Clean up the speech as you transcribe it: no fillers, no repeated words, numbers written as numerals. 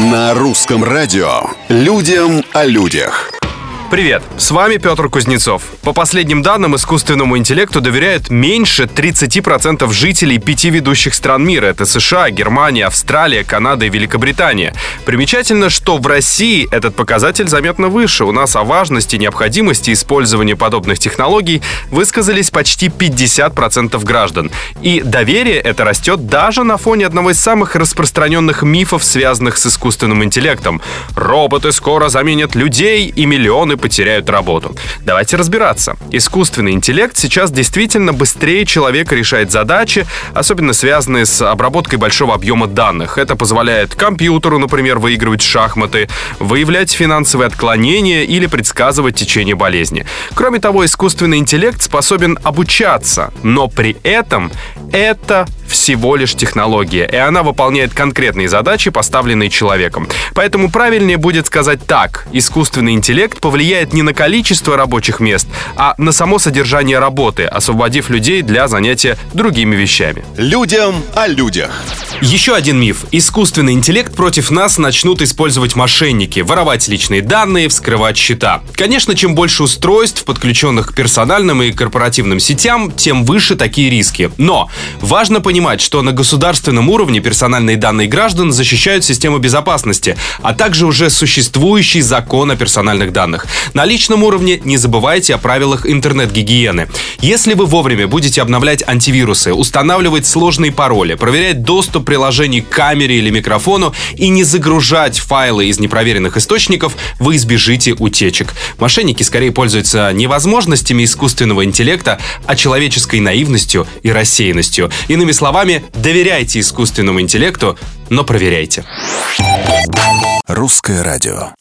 На русском радио «Людям о людях». Привет, с вами Петр Кузнецов. По последним данным, искусственному интеллекту доверяют меньше 30% жителей 5 ведущих стран мира. Это США, Германия, Австралия, Канада и Великобритания. Примечательно, что в России этот показатель заметно выше. У нас о важности и необходимости использования подобных технологий высказались почти 50% граждан. И доверие это растет даже на фоне одного из самых распространенных мифов, связанных с искусственным интеллектом. Роботы скоро заменят людей, и миллионы потеряют работу. Давайте разбираться. Искусственный интеллект сейчас действительно быстрее человека решает задачи, особенно связанные с обработкой большого объема данных. Это позволяет компьютеру, например, выигрывать в шахматы, выявлять финансовые отклонения или предсказывать течение болезни. Кроме того, искусственный интеллект способен обучаться, но при этом это всего лишь технология, и она выполняет конкретные задачи, поставленные человеком. Поэтому правильнее будет сказать так: искусственный интеллект повлияет не на количество рабочих мест, а на само содержание работы, освободив людей для занятия другими вещами. Людям о людях. Еще один миф. Искусственный интеллект против нас начнут использовать мошенники, воровать личные данные, вскрывать счета. Конечно, чем больше устройств, подключенных к персональным и корпоративным сетям, тем выше такие риски. Но важно понимать, что на государственном уровне персональные данные граждан защищают систему безопасности, а также уже существующий закон о персональных данных. На личном уровне не забывайте о правилах интернет-гигиены. Если вы вовремя будете обновлять антивирусы, устанавливать сложные пароли, проверять доступ приложений к камере или микрофону и не загружать файлы из непроверенных источников, вы избежите утечек. Мошенники скорее пользуются не возможностями искусственного интеллекта, а человеческой наивностью и рассеянностью. Иными словами, доверяйте искусственному интеллекту, но проверяйте. Русское радио.